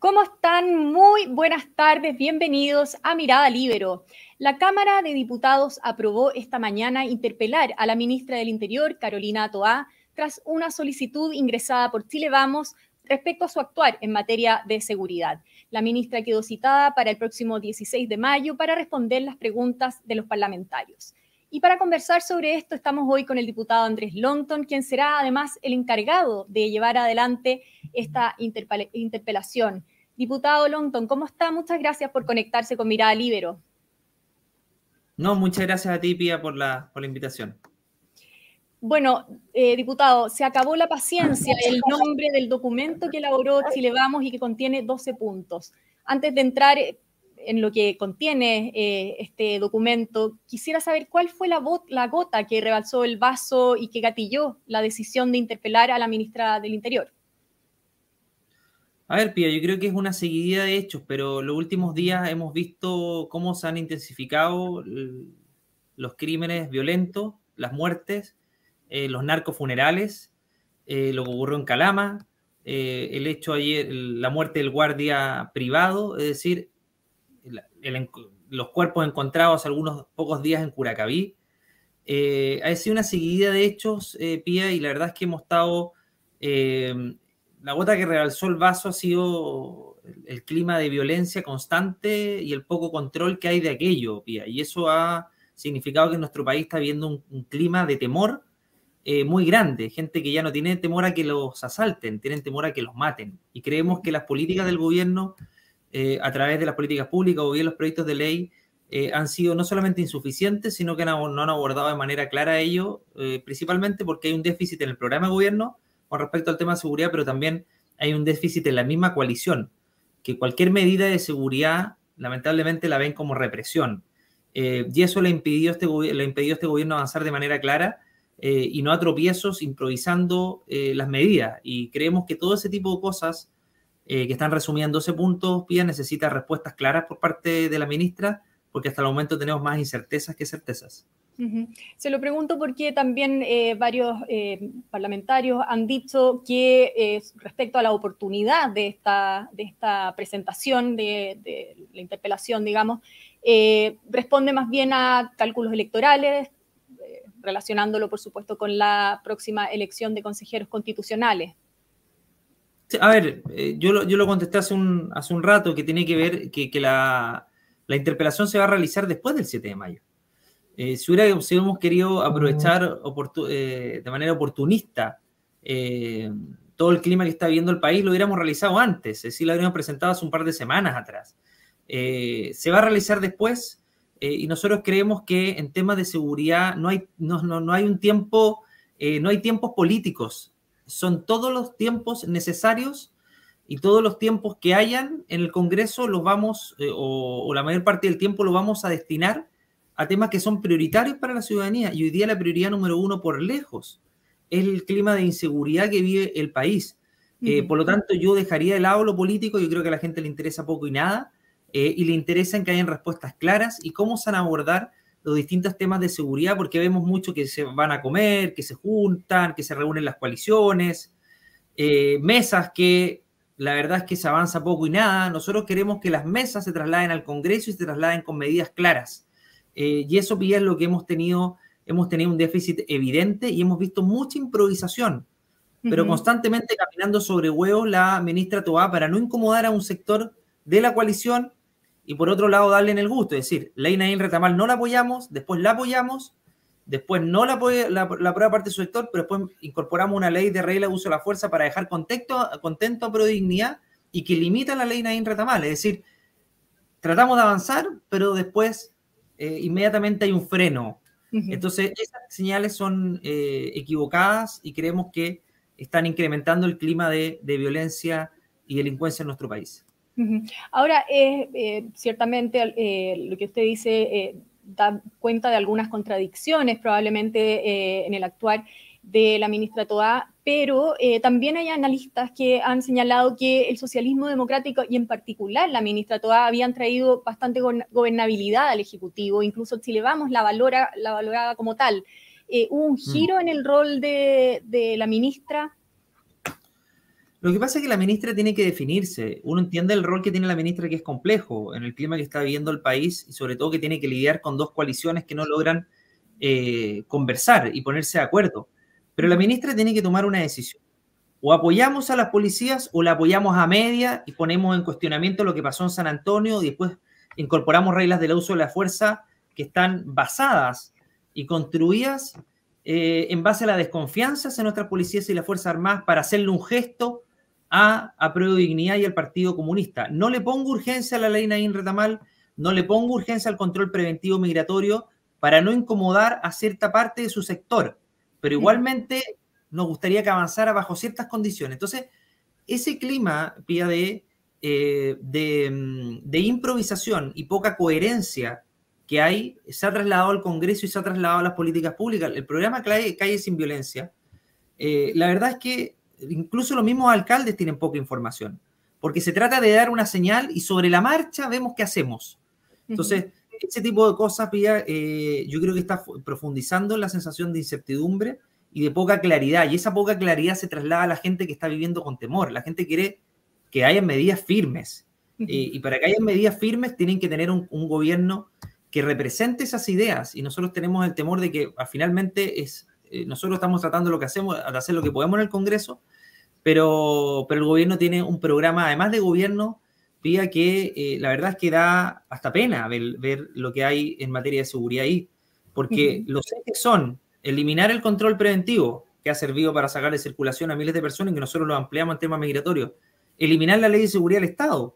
¿Cómo están? Muy buenas tardes, bienvenidos a Mirada Libero. La Cámara de Diputados aprobó esta mañana interpelar a la ministra del Interior, Carolina Toá, tras una solicitud ingresada por Chile Vamos respecto a su actuar en materia de seguridad. La ministra quedó citada para el próximo 16 de mayo para responder las preguntas de los parlamentarios. Y para conversar sobre esto estamos hoy con el diputado Andrés Longton, quien será además el encargado de llevar adelante esta interpelación. Diputado Longton, ¿cómo está? Muchas gracias por conectarse con Mirada Libero. No, muchas gracias a ti, Pía, por la invitación. Bueno, diputado, se acabó la paciencia, el nombre del documento que elaboró Chile Vamos y que contiene 12 puntos. Antes de entrar en lo que contiene este documento, quisiera saber cuál fue la gota que rebalsó el vaso y que gatilló la decisión de interpelar a la ministra del Interior. A ver, Pía, yo creo que es una seguidilla de hechos, pero los últimos días hemos visto cómo se han intensificado los crímenes violentos, las muertes, los narcofunerales, lo que ocurrió en Calama, el hecho ayer, la muerte del guardia privado, es decir, los cuerpos encontrados algunos pocos días en Curacaví. Ha sido una seguidilla de hechos, Pía, y la verdad es que hemos estado... la gota que rebalsó el vaso ha sido el clima de violencia constante y el poco control que hay de aquello, Pía. Y eso ha significado que en nuestro país está habiendo un clima de temor muy grande. Gente que ya no tiene temor a que los asalten, tienen temor a que los maten. Y creemos que las políticas del gobierno, a través de las políticas públicas o bien los proyectos de ley, han sido no solamente insuficientes, sino que no han abordado de manera clara ello, principalmente porque hay un déficit en el programa de gobierno con respecto al tema de seguridad, pero también hay un déficit en la misma coalición, que cualquier medida de seguridad, lamentablemente, la ven como represión. Y eso le impidió a este gobierno avanzar de manera clara y no a tropiezos, improvisando las medidas. Y creemos que todo ese tipo de cosas que están resumidas en 12 puntos, Pía, necesita respuestas claras por parte de la ministra, porque hasta el momento tenemos más incertezas que certezas. Se lo pregunto porque también varios parlamentarios han dicho que respecto a la oportunidad de esta presentación de la interpelación, digamos, responde más bien a cálculos electorales, relacionándolo, por supuesto, con la próxima elección de consejeros constitucionales. A ver, yo lo contesté hace un rato, que tiene que ver que la interpelación se va a realizar después del 7 de mayo. Si hubiéramos querido aprovechar de manera oportunista todo el clima que está viviendo el país, lo hubiéramos realizado antes, es decir, lo habríamos presentado hace un par de semanas atrás. Se va a realizar después y nosotros creemos que en temas de seguridad no hay un tiempo, no hay tiempos políticos, son todos los tiempos necesarios y todos los tiempos que hayan en el Congreso los vamos, o la mayor parte del tiempo lo vamos a destinar a temas que son prioritarios para la ciudadanía. Y hoy día la prioridad número uno por lejos es el clima de inseguridad que vive el país. Por lo tanto, yo dejaría de lado lo político. Yo creo que a la gente le interesa poco y nada, y le interesa en que hayan respuestas claras y cómo se van a abordar los distintos temas de seguridad, porque vemos mucho que se van a comer, que se juntan, que se reúnen las coaliciones, mesas que la verdad es que se avanza poco y nada. Nosotros queremos que las mesas se trasladen al Congreso y se trasladen con medidas claras. Y eso, Pía, es lo que hemos tenido un déficit evidente y hemos visto mucha improvisación, pero constantemente caminando sobre huevos la ministra Toá para no incomodar a un sector de la coalición y por otro lado darle en el gusto, es decir, ley Nadine Retamal no la apoyamos, después la apoyamos, después no la aprueba parte de su sector, pero después incorporamos una ley de regla de uso de la fuerza para dejar contento a Prodignidad y que limita la ley Nadine Retamal, es decir, tratamos de avanzar, pero después inmediatamente hay un freno. Entonces, esas señales son equivocadas y creemos que están incrementando el clima de violencia y delincuencia en nuestro país. Ahora, ciertamente lo que usted dice da cuenta de algunas contradicciones probablemente en el actuar de la ministra Toá, pero también hay analistas que han señalado que el socialismo democrático y en particular la ministra Toá habían traído bastante gobernabilidad al Ejecutivo, incluso Chile Vamos la valoraba como tal. ¿Hubo un giro en el rol de la ministra? Lo que pasa es que la ministra tiene que definirse. Uno entiende el rol que tiene la ministra, que es complejo en el clima que está viviendo el país y sobre todo que tiene que lidiar con dos coaliciones que no logran conversar y ponerse de acuerdo. Pero la ministra tiene que tomar una decisión. O apoyamos a las policías o la apoyamos a media y ponemos en cuestionamiento lo que pasó en San Antonio y después incorporamos reglas del uso de la fuerza que están basadas y construidas en base a la desconfianza en nuestras policías y las Fuerzas Armadas para hacerle un gesto a Prueba de Dignidad y al Partido Comunista. No le pongo urgencia a la ley Nadine Retamal, no le pongo urgencia al control preventivo migratorio para no incomodar a cierta parte de su sector, pero igualmente nos gustaría que avanzara bajo ciertas condiciones. Entonces, ese clima, Pía, de improvisación y poca coherencia que hay, se ha trasladado al Congreso y se ha trasladado a las políticas públicas. El programa Calle sin Violencia, la verdad es que incluso los mismos alcaldes tienen poca información, porque se trata de dar una señal y sobre la marcha vemos qué hacemos. Entonces, ese tipo de cosas, Pía, yo creo que está profundizando en la sensación de incertidumbre y de poca claridad, y esa poca claridad se traslada a la gente que está viviendo con temor. La gente quiere que haya medidas firmes, y para que haya medidas firmes tienen que tener un gobierno que represente esas ideas, y nosotros tenemos el temor de que finalmente nosotros estamos tratando lo que hacemos, de hacer lo que podemos en el Congreso, pero el gobierno tiene un programa, además de gobierno, Pía, que la verdad es que da hasta pena ver lo que hay en materia de seguridad ahí, porque los ejes son eliminar el control preventivo, que ha servido para sacar de circulación a miles de personas y que nosotros lo ampliamos en temas migratorios, eliminar la ley de seguridad del Estado,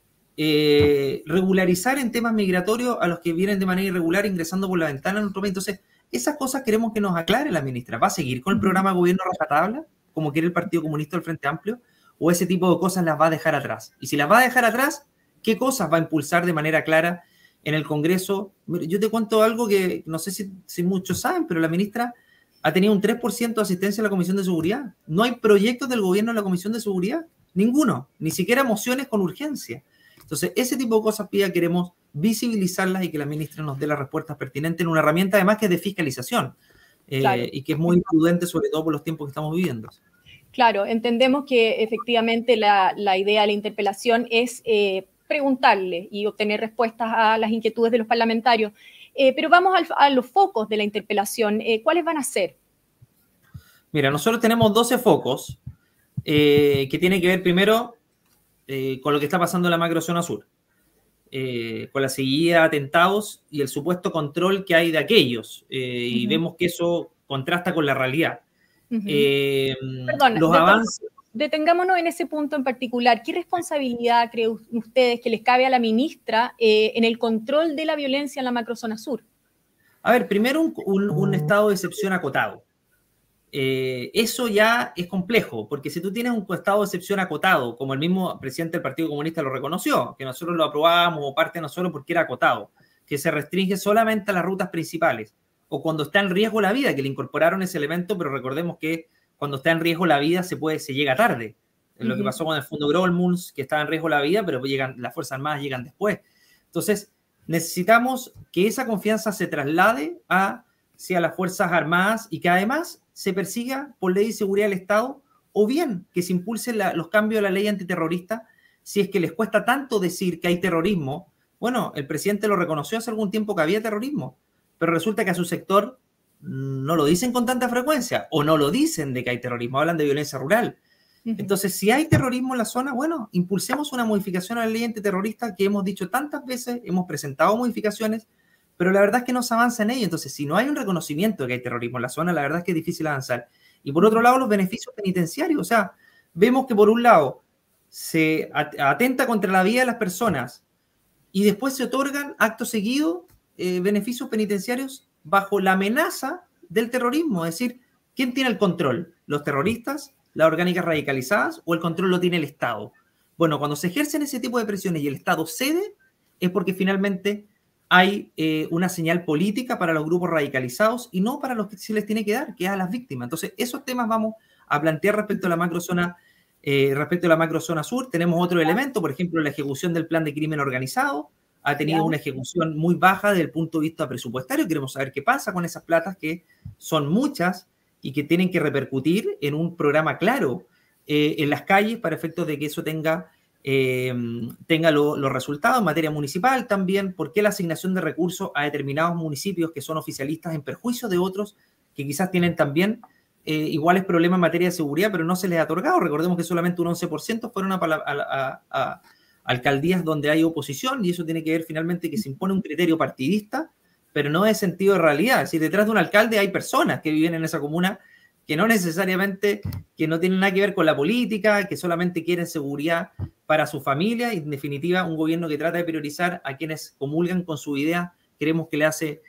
regularizar en temas migratorios a los que vienen de manera irregular ingresando por la ventana en nuestro país. Entonces, esas cosas queremos que nos aclare la ministra. ¿Va a seguir con el programa de gobierno rajatabla, como quiere el Partido Comunista del Frente Amplio? ¿O ese tipo de cosas las va a dejar atrás? Y si las va a dejar atrás, ¿qué cosas va a impulsar de manera clara en el Congreso? Yo te cuento algo que no sé si muchos saben, pero la ministra ha tenido un 3% de asistencia a la Comisión de Seguridad. No hay proyectos del gobierno en la Comisión de Seguridad. Ninguno. Ni siquiera mociones con urgencia. Entonces, ese tipo de cosas, Pía, queremos visibilizarlas y que la ministra nos dé las respuestas pertinentes en una herramienta, además, que es de fiscalización, claro, y que es muy prudente, sobre todo por los tiempos que estamos viviendo. Claro, entendemos que efectivamente la idea de la interpelación es preguntarle y obtener respuestas a las inquietudes de los parlamentarios. Pero vamos a los focos de la interpelación. ¿Cuáles van a ser? Mira, nosotros tenemos 12 focos que tienen que ver primero con lo que está pasando en la macrozona sur, con la seguida de atentados y el supuesto control que hay de aquellos. Y vemos que eso contrasta con la realidad. Perdón, los avances... Detengámonos en ese punto en particular. ¿Qué responsabilidad creen ustedes que les cabe a la ministra en el control de la violencia en la macrozona sur? A ver, primero un estado de excepción acotado. Eso ya es complejo, porque si tú tienes un estado de excepción acotado, como el mismo presidente del Partido Comunista lo reconoció, que nosotros lo aprobábamos o parte de nosotros porque era acotado, que se restringe solamente a las rutas principales, o cuando está en riesgo la vida, que le incorporaron ese elemento, pero recordemos que cuando está en riesgo la vida se llega tarde. Lo que pasó con el Fondo Grolmunds, que estaba en riesgo la vida, pero las Fuerzas Armadas llegan después. Entonces, necesitamos que esa confianza se traslade hacia las Fuerzas Armadas y que además se persiga por ley de seguridad del Estado, o bien que se impulsen los cambios de la ley antiterrorista si es que les cuesta tanto decir que hay terrorismo. Bueno, el presidente lo reconoció hace algún tiempo que había terrorismo, pero resulta que a su sector no lo dicen con tanta frecuencia, o no lo dicen de que hay terrorismo, hablan de violencia rural. Entonces, si hay terrorismo en la zona, bueno, impulsemos una modificación a la ley antiterrorista que hemos dicho tantas veces, hemos presentado modificaciones, pero la verdad es que no se avanza en ello. Entonces, si no hay un reconocimiento de que hay terrorismo en la zona, la verdad es que es difícil avanzar. Y por otro lado, los beneficios penitenciarios. O sea, vemos que por un lado se atenta contra la vida de las personas y después se otorgan acto seguido beneficios penitenciarios bajo la amenaza del terrorismo. Es decir, ¿quién tiene el control? ¿Los terroristas? ¿Las orgánicas radicalizadas? ¿O el control lo tiene el Estado? Bueno, cuando se ejercen ese tipo de presiones y el Estado cede, es porque finalmente hay una señal política para los grupos radicalizados y no para los que se les tiene que dar, que es a las víctimas. Entonces, esos temas vamos a plantear respecto a la macrozona sur. Tenemos otro elemento, por ejemplo, la ejecución del plan de crimen organizado. Ha tenido una ejecución muy baja desde el punto de vista presupuestario. Queremos saber qué pasa con esas platas, que son muchas y que tienen que repercutir en un programa claro en las calles para efectos de que eso tenga los resultados en materia municipal también, por qué la asignación de recursos a determinados municipios que son oficialistas en perjuicio de otros que quizás tienen también iguales problemas en materia de seguridad, pero no se les ha otorgado. Recordemos que solamente un 11% fueron a alcaldías donde hay oposición, y eso tiene que ver finalmente que se impone un criterio partidista, pero no es sentido de realidad. Es decir, detrás de un alcalde hay personas que viven en esa comuna que no necesariamente, que no tienen nada que ver con la política, que solamente quieren seguridad para su familia, y en definitiva un gobierno que trata de priorizar a quienes comulgan con su idea, creemos que le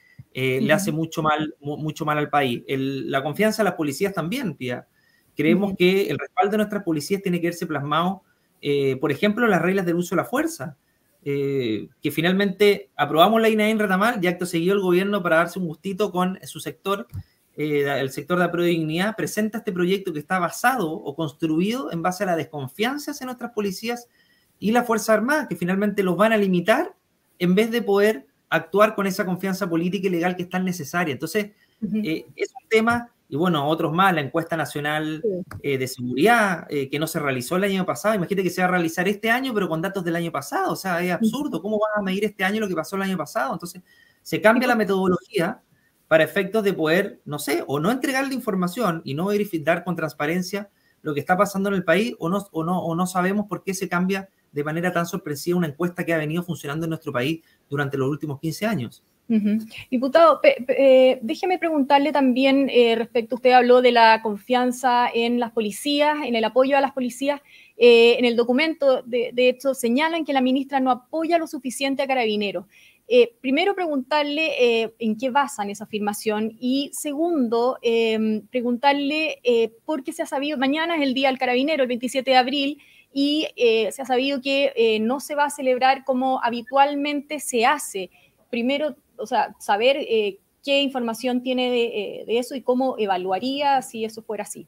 hace mucho mal al país. La confianza de las policías también, Pía. Creemos que el respaldo de nuestras policías tiene que verse plasmado, por ejemplo, en las reglas del uso de la fuerza, que finalmente aprobamos la ley Nain Retamal y acto seguido el gobierno, para darse un gustito con su sector, el sector de apruebo de dignidad, presenta este proyecto que está basado o construido en base a la desconfianza hacia nuestras policías y la Fuerza Armada, que finalmente los van a limitar en vez de poder actuar con esa confianza política y legal que es tan necesaria. Entonces, es un tema, y bueno, otros más, la encuesta nacional de seguridad, que no se realizó el año pasado. Imagínate que se va a realizar este año, pero con datos del año pasado. O sea, es absurdo. ¿Cómo vas a medir este año lo que pasó el año pasado? Entonces, se cambia la metodología para efectos de poder, no sé, o no entregar la información y no verificar con transparencia lo que está pasando en el país, o no sabemos por qué se cambia de manera tan sorpresiva una encuesta que ha venido funcionando en nuestro país durante los últimos 15 años. Diputado, déjeme preguntarle también respecto, usted habló de la confianza en las policías, en el apoyo a las policías. En el documento, de hecho, señalan que la ministra no apoya lo suficiente a Carabineros. Primero, preguntarle en qué basan esa afirmación, y segundo, preguntarle por qué se ha sabido, mañana es el Día del Carabinero, el 27 de abril, y se ha sabido que no se va a celebrar como habitualmente se hace. Primero, o sea, saber qué información tiene de eso y cómo evaluaría si eso fuera así.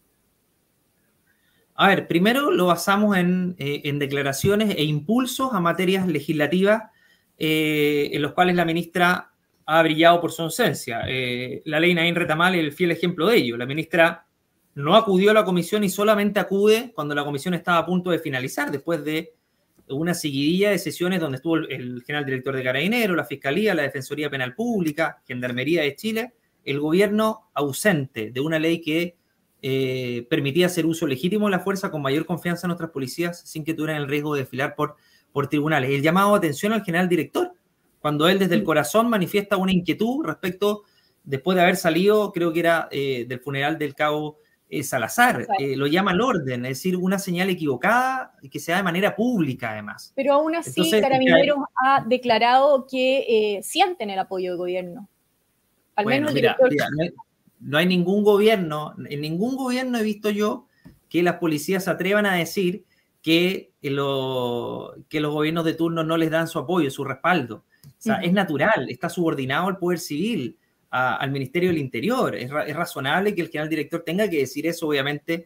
A ver, primero lo basamos en declaraciones e impulsos a materias legislativas en los cuales la ministra ha brillado por su ausencia. La ley Nain Retamal es el fiel ejemplo de ello. La ministra no acudió a la comisión y solamente acude cuando la comisión estaba a punto de finalizar, después de una seguidilla de sesiones donde estuvo el general director de Carabineros, la Fiscalía, la Defensoría Penal Pública, Gendarmería de Chile, el gobierno ausente de una ley que permitía hacer uso legítimo de la fuerza con mayor confianza en nuestras policías sin que tuvieran el riesgo de desfilar por tribunales. El llamado de atención al general director, cuando él desde el corazón manifiesta una inquietud respecto, después de haber salido, creo que era del funeral del cabo Salazar, lo llama al orden, es decir, una señal equivocada que se da de manera pública además. Pero aún así, entonces, Carabineros ha declarado que sienten el apoyo del gobierno. Al menos el director. Mira, no hay ningún gobierno, en ningún gobierno he visto yo que las policías se atrevan a decir que los gobiernos de turno no les dan su apoyo, su respaldo. O sea, es natural, está subordinado al poder civil, al Ministerio del Interior. Es razonable que el general director tenga que decir eso, obviamente,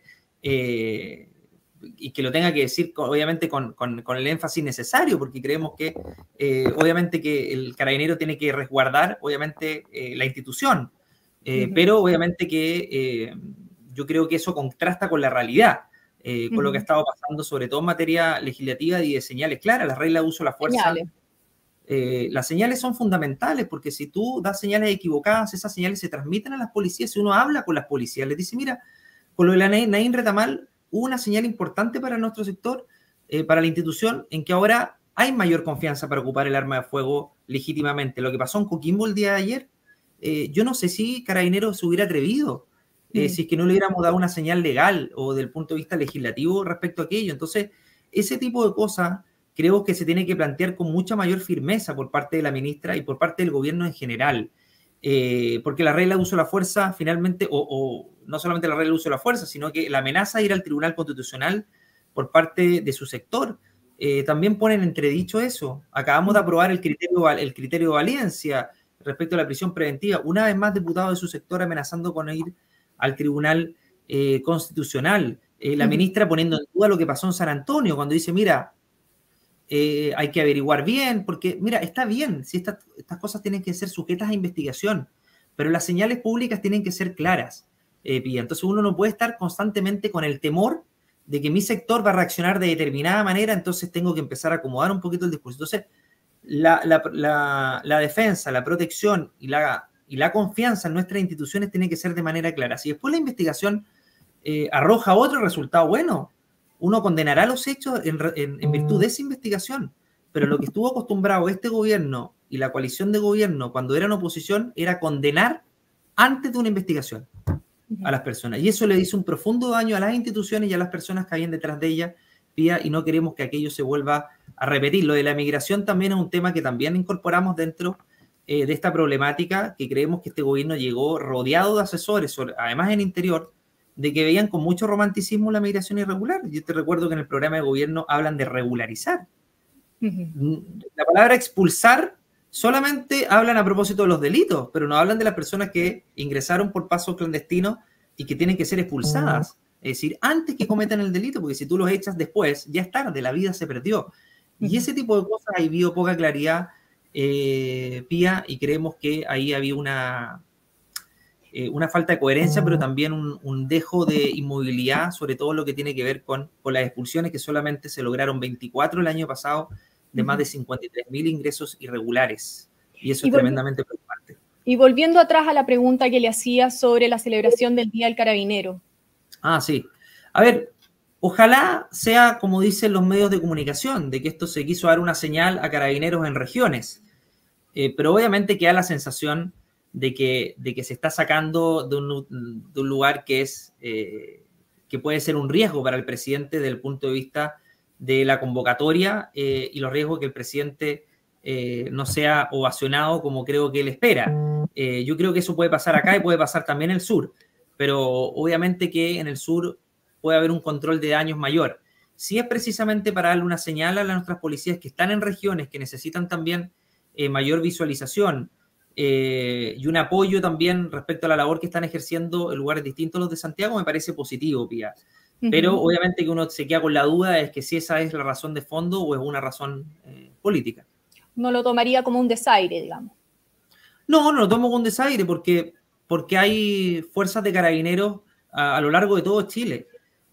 y que lo tenga que decir, obviamente, con el énfasis necesario, porque creemos que, obviamente, que el carabinero tiene que resguardar, obviamente, la institución. Pero, obviamente, que yo creo que eso contrasta con la realidad, con lo que ha estado pasando, sobre todo en materia legislativa y de señales claras. Las reglas de uso de la fuerza. Las señales son fundamentales, porque si tú das señales equivocadas, esas señales se transmiten a las policías. Si uno habla con las policías, les dice, mira, con lo de la Nain Retamal hubo una señal importante para nuestro sector, para la institución, en que ahora hay mayor confianza para ocupar el arma de fuego legítimamente. Lo que pasó en Coquimbo el día de ayer, yo no sé si Carabineros se hubiera atrevido, si es que no le hubiéramos dado una señal legal o del punto de vista legislativo respecto a aquello. Entonces, ese tipo de cosas creo que se tiene que plantear con mucha mayor firmeza por parte de la ministra y por parte del gobierno en general, porque la regla de uso de la fuerza finalmente, o no solamente la regla de uso de la fuerza, sino que la amenaza de ir al Tribunal Constitucional por parte de su sector, también pone en entredicho eso. Acabamos de aprobar el criterio de valencia respecto a la prisión preventiva. Una vez más, diputados de su sector amenazando con ir al Tribunal Constitucional. La ministra poniendo en duda lo que pasó en San Antonio, cuando dice, mira, hay que averiguar bien, porque, mira, está bien, si estas cosas tienen que ser sujetas a investigación, pero las señales públicas tienen que ser claras, Pía. Entonces uno no puede estar constantemente con el temor de que mi sector va a reaccionar de determinada manera, entonces tengo que empezar a acomodar un poquito el discurso. Entonces, la defensa, la protección y la confianza en nuestras instituciones tiene que ser de manera clara. Si después la investigación arroja otro resultado bueno, uno condenará los hechos en virtud de esa investigación. Pero lo que estuvo acostumbrado este gobierno y la coalición de gobierno cuando eran oposición era condenar antes de una investigación a las personas. Y eso le hizo un profundo daño a las instituciones y a las personas que habían detrás de ellas, Pía, y no queremos que aquello se vuelva a repetir. Lo de la migración también es un tema que también incorporamos dentro de esta problemática, que creemos que este gobierno llegó rodeado de asesores, además en interior, de que veían con mucho romanticismo la migración irregular. Yo te recuerdo que en el programa de gobierno hablan de regularizar. La palabra expulsar solamente hablan a propósito de los delitos, pero no hablan de las personas que ingresaron por pasos clandestinos y que tienen que ser expulsadas. Es decir, antes que cometan el delito, porque si tú los echas después, ya es tarde, la vida se perdió. Y ese tipo de cosas ahí vio poca claridad, Pía, y creemos que ahí había una falta de coherencia, pero también un dejo de inmovilidad, sobre todo lo que tiene que ver con las expulsiones, que solamente se lograron 24 el año pasado, de más de 53.000 ingresos irregulares. Y eso es tremendamente preocupante. Y volviendo atrás a la pregunta que le hacía sobre la celebración del Día del Carabinero. Ah, sí. A ver, ojalá sea como dicen los medios de comunicación, de que esto se quiso dar una señal a carabineros en regiones. Pero obviamente queda la sensación de que se está sacando de un lugar que puede ser un riesgo para el presidente desde el punto de vista de la convocatoria y los riesgos que el presidente no sea ovacionado como creo que él espera. Yo creo que eso puede pasar acá y puede pasar también en el sur, pero obviamente que en el sur puede haber un control de daños mayor. Si es precisamente para darle una señal a nuestras policías que están en regiones que necesitan también mayor visualización y un apoyo también respecto a la labor que están ejerciendo en lugares distintos a los de Santiago, me parece positivo, Pía. Pero obviamente que uno se queda con la duda es que si esa es la razón de fondo o es una razón política. No lo tomaría como un desaire, digamos. No lo tomo como un desaire porque hay fuerzas de carabineros a lo largo de todo Chile.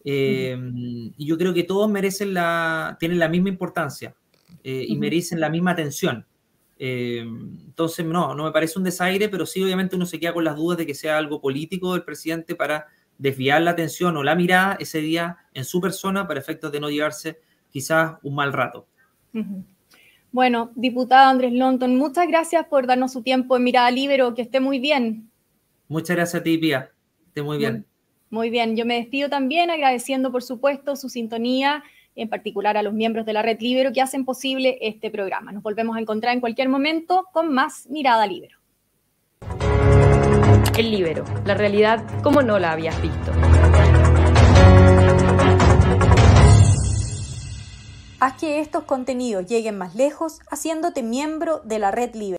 Y yo creo que todos tienen la misma importancia y merecen la misma atención. Entonces, no me parece un desaire, pero sí, obviamente uno se queda con las dudas de que sea algo político del presidente para desviar la atención o la mirada ese día en su persona para efectos de no llevarse quizás un mal rato. Bueno, diputado Andrés Lonton, muchas gracias por darnos su tiempo en Mirada Líbero, que esté muy bien. Muchas gracias a ti, Pía, esté muy bien. Muy bien, yo me despido también agradeciendo, por supuesto, su sintonía, en particular a los miembros de la Red Líbero que hacen posible este programa. Nos volvemos a encontrar en cualquier momento con más Mirada Líbero. El Líbero, la realidad como no la habías visto. Haz que estos contenidos lleguen más lejos haciéndote miembro de la Red Líbero.